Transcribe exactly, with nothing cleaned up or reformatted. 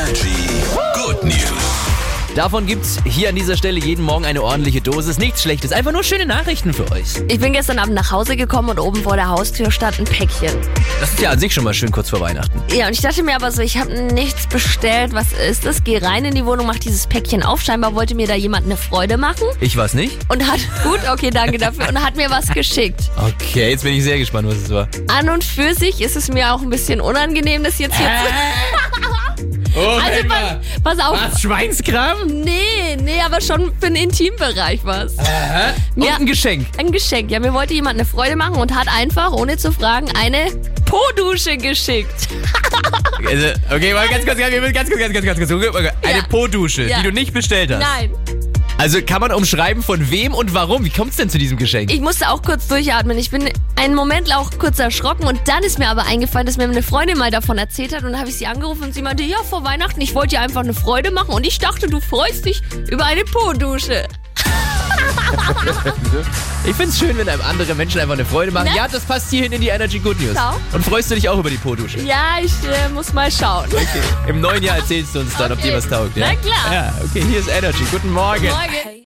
Energy Good News. Davon gibt's hier an dieser Stelle jeden Morgen eine ordentliche Dosis. Nichts Schlechtes, einfach nur schöne Nachrichten für euch. Ich bin gestern Abend nach Hause gekommen und oben vor der Haustür stand ein Päckchen. Das ist ja an sich schon mal schön kurz vor Weihnachten. Ja, und ich dachte mir aber so, ich habe nichts bestellt. Was ist das? Geh rein in die Wohnung, mach dieses Päckchen auf. Scheinbar wollte mir da jemand eine Freude machen. Ich war's nicht? Und hat, gut, okay, danke dafür. Und hat mir was geschickt. Okay, jetzt bin ich sehr gespannt, was es war. An und für sich ist es mir auch ein bisschen unangenehm, das jetzt hier zu... Oh, Also pass, pass auf. Was, Schweinskram? Nee, nee, aber schon für den Intimbereich was. Aha. Und Ja. ein Geschenk. Ein Geschenk. Ja, mir wollte jemand eine Freude machen und hat einfach, ohne zu fragen, eine Po-Dusche geschickt. Also, okay, mal ganz kurz, ganz kurz, ganz kurz, ganz kurz, ganz kurz. Eine Ja. Po-Dusche, Ja. die du nicht bestellt hast. Nein. Also kann man umschreiben, von wem und warum? Wie kommt's denn zu diesem Geschenk? Ich musste auch kurz durchatmen. Ich bin einen Moment auch kurz erschrocken und dann ist mir aber eingefallen, dass mir eine Freundin mal davon erzählt hat und dann habe ich sie angerufen und sie meinte, ja, vor Weihnachten, ich wollte dir einfach eine Freude machen und ich dachte, du freust dich über eine Po-Dusche. Ich find's schön, wenn einem andere Menschen einfach eine Freude machen. Ne? Ja, das passt hierhin in die Energy Good News. Schau. Und freust du dich auch über die Po-Dusche? Ja, ich äh, muss mal schauen. Okay. Im neuen Jahr erzählst du uns dann, ob Okay. dir was taugt. Ja? Na klar. Ja, okay, hier ist Energy. Guten Morgen. Morgen.